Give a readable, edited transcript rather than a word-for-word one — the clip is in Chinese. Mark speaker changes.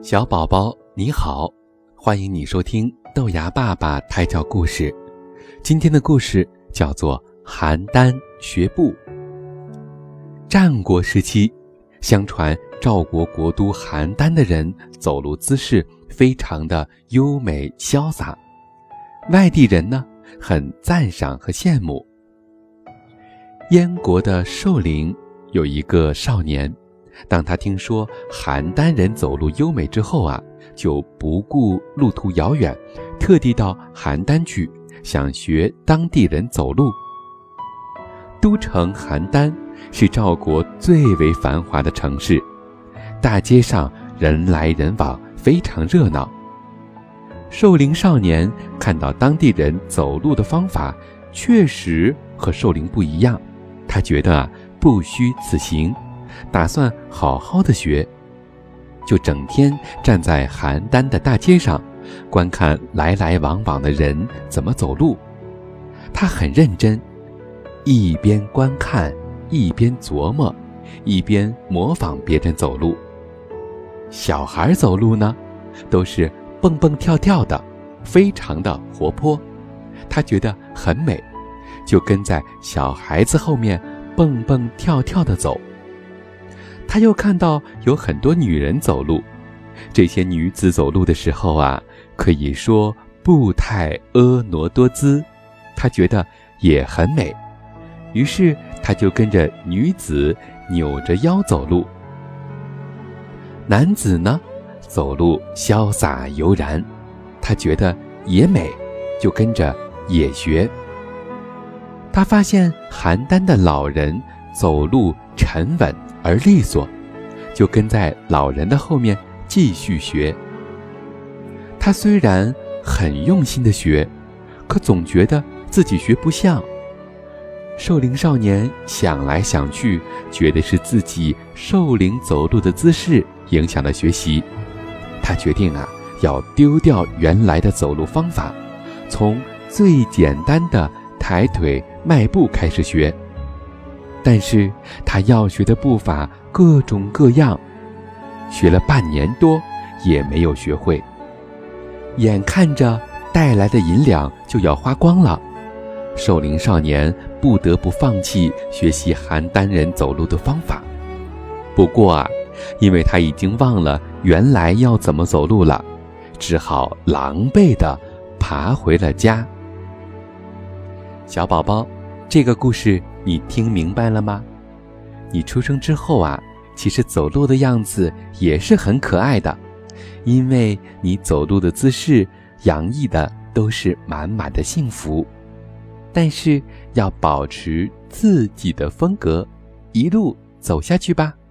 Speaker 1: 小宝宝你好，欢迎你收听豆芽爸爸胎教故事。今天的故事叫做邯郸学步。战国时期，相传赵国国都邯郸的人走路姿势非常的优美潇洒，外地人呢很赞赏和羡慕。燕国的寿陵有一个少年，当他听说邯郸人走路优美之后就不顾路途遥远，特地到邯郸去，想学当地人走路。都城邯郸是赵国最为繁华的城市，大街上人来人往，非常热闹。寿陵少年看到当地人走路的方法确实和寿陵不一样，他觉得不虚此行，打算好好的学，就整天站在邯郸的大街上，观看来来往往的人怎么走路。他很认真，一边观看，一边琢磨，一边模仿别人走路。小孩走路呢，都是蹦蹦跳跳的，非常的活泼，他觉得很美，就跟在小孩子后面蹦蹦跳跳地走。他又看到有很多女人走路，这些女子走路的时候可以说步态婀娜多姿，他觉得也很美，于是他就跟着女子扭着腰走路。男子呢，走路潇洒悠然，他觉得也美，就跟着也学。他发现邯郸的老人走路沉稳而利索，就跟在老人的后面继续学。他虽然很用心地学，可总觉得自己学不像。寿陵少年想来想去，觉得是自己寿陵走路的姿势影响了学习。他决定要丢掉原来的走路方法，从最简单的抬腿迈步开始学。但是他要学的步伐各种各样，学了半年多也没有学会。眼看着带来的银两就要花光了，寿陵少年不得不放弃学习邯郸人走路的方法。不过因为他已经忘了原来要怎么走路了，只好狼狈地爬回了家。小宝宝，这个故事你听明白了吗？你出生之后其实走路的样子也是很可爱的，因为你走路的姿势洋溢的都是满满的幸福。但是要保持自己的风格，一路走下去吧。